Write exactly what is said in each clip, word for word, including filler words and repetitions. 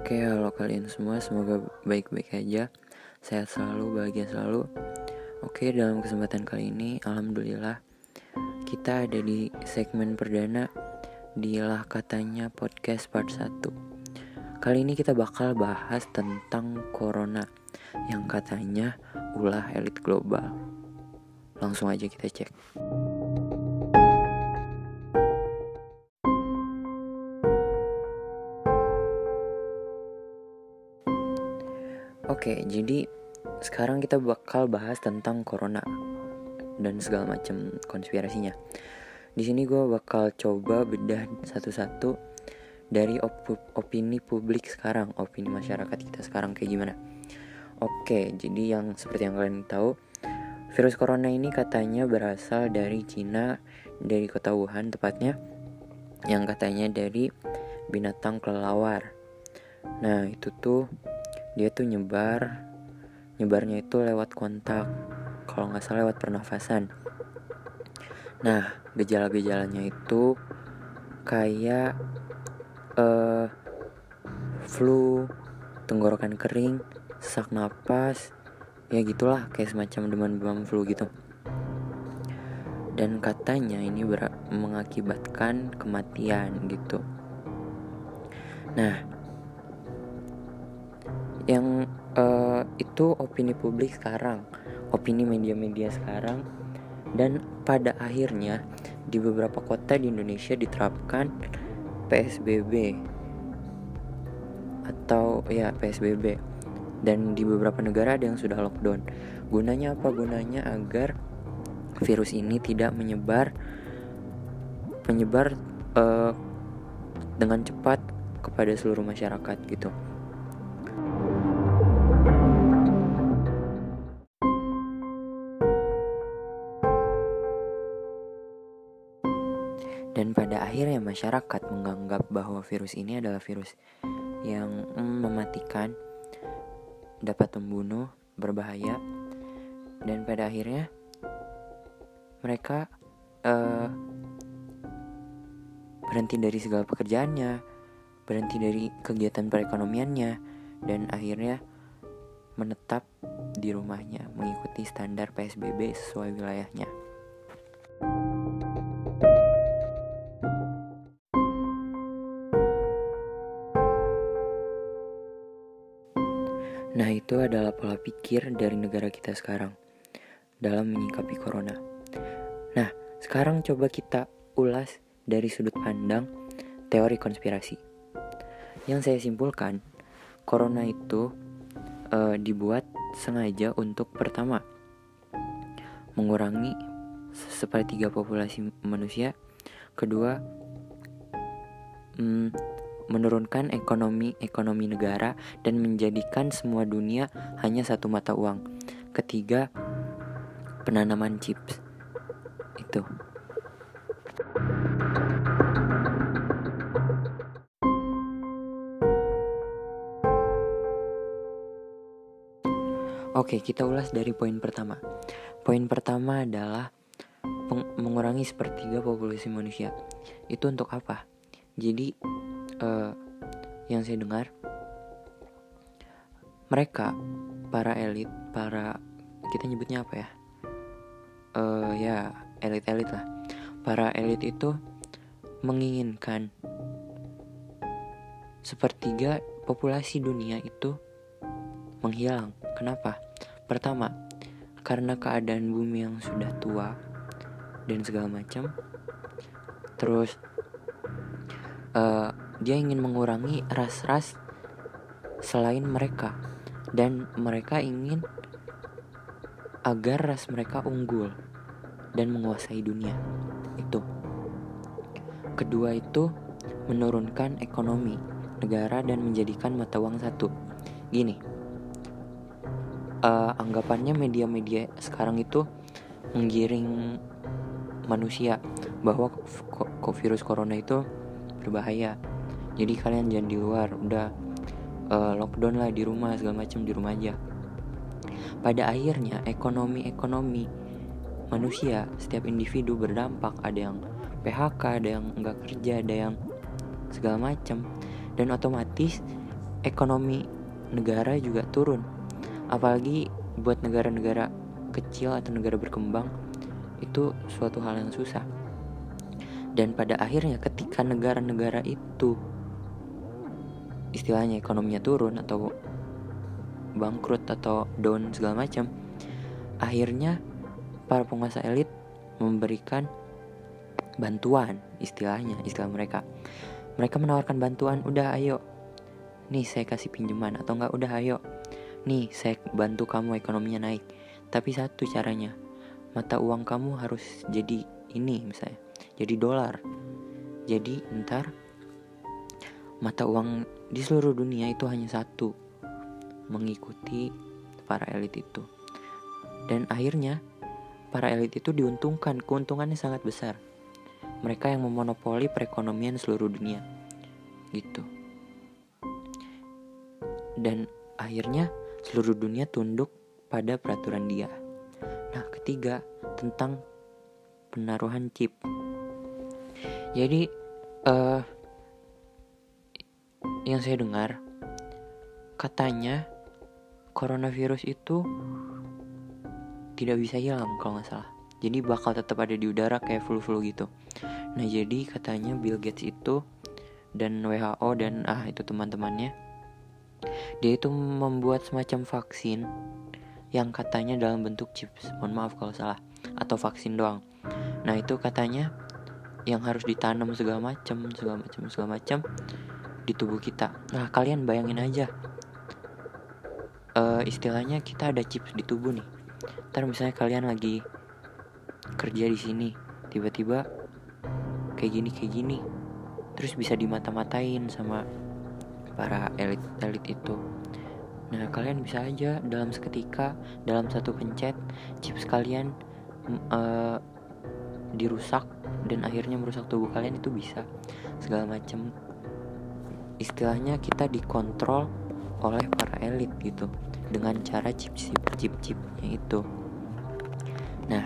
Oke, halo kalian semua, semoga baik-baik aja, sehat selalu, bahagia selalu. Oke, dalam kesempatan kali ini, alhamdulillah, kita ada di segmen perdana di Lah Katanya Podcast Part satu. Kali ini kita bakal bahas tentang Corona yang katanya ulah elit global. Langsung aja kita cek. Oke, jadi sekarang kita bakal bahas tentang Corona dan segala macam konspirasinya. Di sini gue bakal coba bedah satu-satu dari op- opini publik sekarang, opini masyarakat kita sekarang kayak gimana. Oke, jadi yang seperti yang kalian tahu, virus corona ini katanya berasal dari Cina, dari kota Wuhan tepatnya, yang katanya dari binatang kelelawar. Nah, itu tuh dia tuh nyebar, nyebarnya itu lewat kontak, kalau nggak salah lewat pernafasan. Nah, gejala-gejalanya itu kayak uh, flu, tenggorokan kering, sesak napas, ya gitulah, kayak semacam demam-demam flu gitu. Dan katanya ini ber- mengakibatkan kematian gitu. Nah, yang uh, itu opini publik sekarang, opini media-media sekarang. Dan pada akhirnya di beberapa kota di Indonesia diterapkan P S B B atau ya P S B B, dan di beberapa negara ada yang sudah lockdown. Gunanya apa? Gunanya agar virus ini tidak menyebar menyebar uh, dengan cepat kepada seluruh masyarakat gitu. Dan pada akhirnya masyarakat menganggap bahwa virus ini adalah virus yang mm, mematikan, dapat membunuh, berbahaya. Dan pada akhirnya mereka uh, berhenti dari segala pekerjaannya, berhenti dari kegiatan perekonomiannya, dan akhirnya menetap di rumahnya mengikuti standar P S B B sesuai wilayahnya. Nah, itu adalah pola pikir dari negara kita sekarang dalam menyikapi corona. Nah, sekarang coba kita ulas dari sudut pandang teori konspirasi. Yang saya simpulkan, corona itu uh, dibuat sengaja untuk pertama, mengurangi sepertiga populasi manusia. Kedua, mm, menurunkan ekonomi ekonomi negara dan menjadikan semua dunia hanya satu mata uang. Ketiga, penanaman chips. Itu. Oke, kita ulas dari poin pertama. Poin pertama adalah peng- mengurangi sepertiga populasi manusia. Itu untuk apa? Jadi uh, yang saya dengar, mereka para elit, para kita nyebutnya apa ya? Uh, ya elit-elit lah. Para elit itu menginginkan sepertiga populasi dunia itu menghilang. Kenapa? Pertama, karena keadaan bumi yang sudah tua dan segala macam. Terus uh, dia ingin mengurangi ras-ras selain mereka, dan mereka ingin agar ras mereka unggul dan menguasai dunia. Itu. Kedua itu menurunkan ekonomi negara dan menjadikan mata uang satu. Gini, uh, anggapannya media-media sekarang itu menggiring manusia bahwa kok virus corona itu berbahaya. Jadi kalian jangan di luar, udah uh, lockdown lah di rumah, segala macam di rumah aja. Pada akhirnya ekonomi-ekonomi manusia, setiap individu berdampak. Ada yang P H K, ada yang nggak kerja, ada yang segala macam. Dan otomatis ekonomi negara juga turun. Apalagi buat negara-negara kecil atau negara berkembang, itu suatu hal yang susah. Dan pada akhirnya ketika negara-negara itu istilahnya ekonominya turun atau bangkrut atau down segala macam, akhirnya para penguasa elit memberikan bantuan, istilahnya istilah mereka mereka menawarkan bantuan. Udah ayo nih saya kasih pinjaman, atau enggak udah ayo nih saya bantu kamu ekonominya naik, tapi satu caranya, mata uang kamu harus jadi ini, misalnya jadi dolar. Jadi ntar mata uang di seluruh dunia itu hanya satu, mengikuti para elit itu. Dan akhirnya para elit itu diuntungkan, keuntungannya sangat besar. Mereka yang memonopoli perekonomian seluruh dunia gitu. Dan akhirnya seluruh dunia tunduk pada peraturan dia. Nah, ketiga, tentang penaruhan chip. Jadi uh, yang saya dengar, katanya coronavirus itu tidak bisa hilang kalau nggak salah. Jadi bakal tetap ada di udara kayak flu-flu gitu. Nah, jadi katanya Bill Gates itu dan W H O dan ah itu teman-temannya, dia itu membuat semacam vaksin yang katanya dalam bentuk chips. Mohon maaf kalau salah, atau vaksin doang. Nah, itu katanya yang harus ditanam segala macam, segala macam, segala macam di tubuh kita. Nah, kalian bayangin aja, uh, istilahnya kita ada chips di tubuh nih. Ntar misalnya kalian lagi kerja di sini, tiba-tiba kayak gini kayak gini, terus bisa dimata-matain sama para elit-elit itu. Nah, kalian bisa aja dalam seketika, dalam satu pencet, chips kalian uh, dirusak dan akhirnya merusak tubuh kalian. Itu bisa segala macam. Istilahnya kita dikontrol oleh para elit gitu, dengan cara chip-chip-chip-chipnya itu. Nah,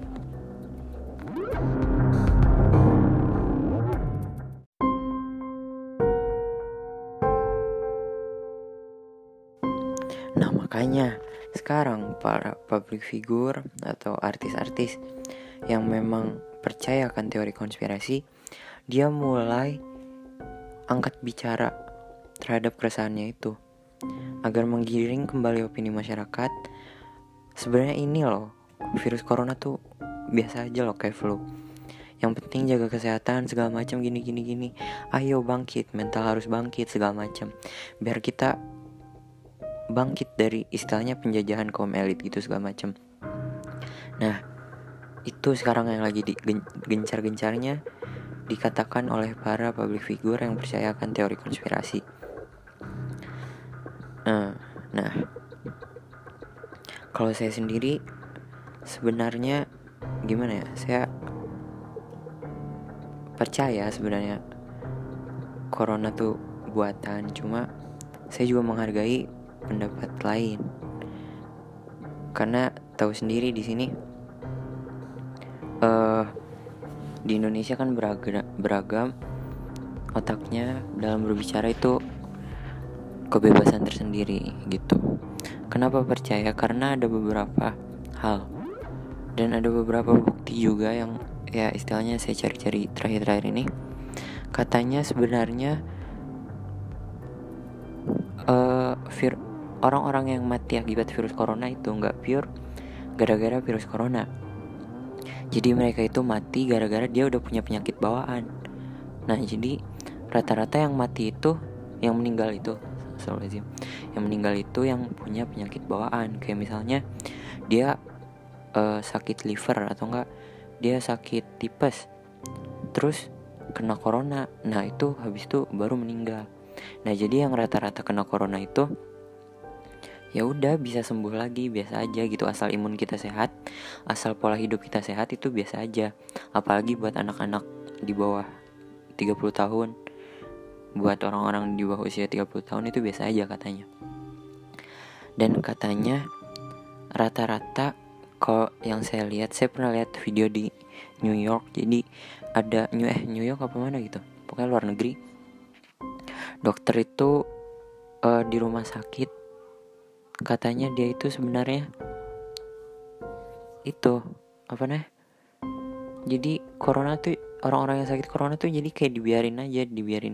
Nah makanya sekarang para public figure atau artis-artis yang memang percaya akan teori konspirasi, dia mulai angkat bicara terhadap keresahannya itu agar menggiring kembali opini masyarakat. Sebenarnya ini loh, virus corona tuh biasa aja loh kayak flu. Yang penting jaga kesehatan segala macam, gini gini gini. Ayo bangkit, mental harus bangkit segala macam. Biar kita bangkit dari istilahnya penjajahan kaum elit gitu segala macam. Nah, itu sekarang yang lagi digencar-gencarnya dikatakan oleh para public figure yang percaya akan teori konspirasi. Nah, nah kalau saya sendiri sebenarnya gimana ya? Saya percaya sebenarnya corona tuh buatan, cuma saya juga menghargai pendapat lain. Karena tahu sendiri di sini uh, di Indonesia kan beragam, beragam otaknya dalam berbicara itu kebebasan tersendiri gitu. Kenapa percaya? Karena ada beberapa hal dan ada beberapa bukti juga yang ya istilahnya saya cari-cari terakhir-terakhir ini. Katanya sebenarnya uh, vir orang-orang yang mati akibat virus corona itu nggak pure gara-gara virus corona. Jadi mereka itu mati gara-gara dia udah punya penyakit bawaan. Nah, jadi rata-rata yang mati itu, yang meninggal itu, astagfirullahaladzim, yang meninggal itu yang punya penyakit bawaan. Kayak misalnya dia uh, sakit liver atau enggak dia sakit tipes, terus kena corona. Nah, itu habis itu baru meninggal. Nah, jadi yang rata-rata kena corona itu ya udah bisa sembuh lagi, biasa aja gitu, asal imun kita sehat, asal pola hidup kita sehat, itu biasa aja. Apalagi buat anak-anak di bawah tiga puluh tahun, buat orang-orang di bawah usia tiga puluh tahun itu biasa aja katanya. Dan katanya rata-rata, kalau yang saya lihat, saya pernah lihat video di New York. Jadi ada New eh New York apa mana gitu, pokoknya luar negeri. Dokter itu uh, di rumah sakit, katanya dia itu sebenarnya itu apa nih? Jadi corona tuh, orang-orang yang sakit corona tuh jadi kayak dibiarin aja, dibiarin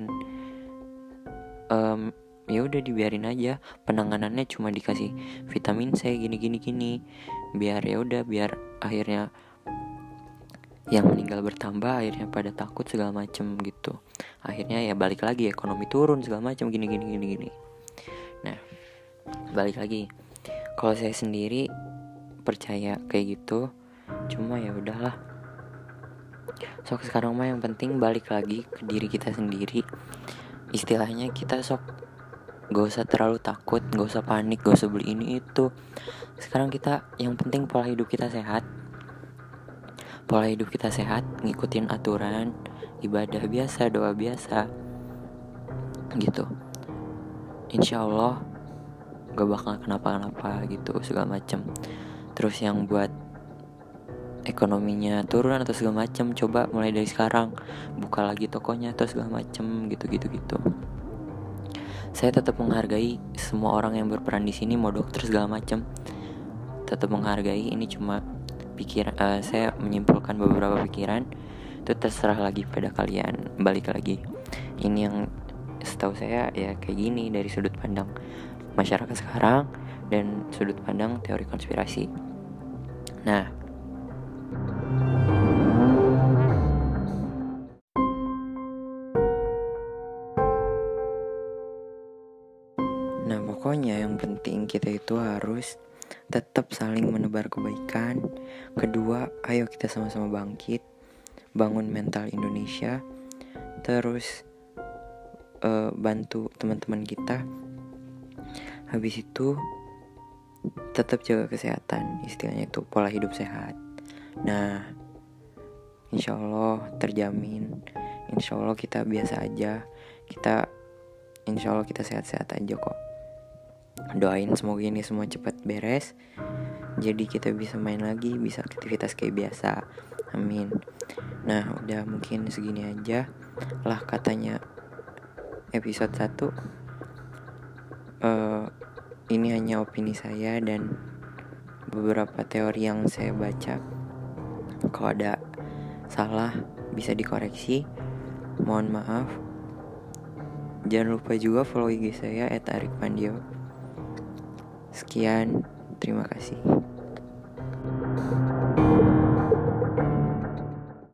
um, ya udah dibiarin aja, penanganannya cuma dikasih vitamin C gini gini gini, biar ya udah biar akhirnya yang meninggal bertambah, akhirnya pada takut segala macem gitu, akhirnya ya balik lagi ekonomi turun segala macem gini gini gini gini. Nah balik lagi, kalau saya sendiri percaya kayak gitu, cuma ya udahlah. Sok sekarang mah yang penting balik lagi ke diri kita sendiri. Istilahnya kita sok gak usah terlalu takut, gak usah panik, gak usah beli ini itu. Sekarang kita yang penting pola hidup kita sehat. Pola hidup kita sehat, ngikutin aturan, ibadah biasa, doa biasa gitu. Insya Allah gak bakal kenapa-kenapa gitu segala macem. Terus yang buat ekonominya turun atau segala macem, coba mulai dari sekarang buka lagi tokonya atau segala macem gitu-gitu gitu. Saya tetap menghargai semua orang yang berperan di sini, mau dokter segala macem, tetap menghargai. Ini cuma pikir, uh, saya menyimpulkan beberapa pikiran, itu terserah lagi pada kalian. Balik lagi, ini yang setahu saya ya kayak gini dari sudut pandang masyarakat sekarang dan sudut pandang teori konspirasi. Nah, nah pokoknya yang penting kita itu harus tetap saling menebar kebaikan. Kedua, ayo kita sama-sama bangkit, bangun mental Indonesia. Terus uh, bantu teman-teman kita. Habis itu tetap jaga kesehatan, istilahnya itu pola hidup sehat. Nah, insya Allah terjamin, insya Allah kita biasa aja, kita insya Allah kita sehat-sehat aja kok. Doain semoga ini semua cepat beres, jadi kita bisa main lagi, bisa aktivitas kayak biasa. Amin. Nah udah mungkin segini aja lah katanya episode satu. uh, Ini hanya opini saya dan beberapa teori yang saya baca. Kalau ada salah bisa dikoreksi, mohon maaf. Jangan lupa juga follow I G saya et arik pandio. Sekian, terima kasih.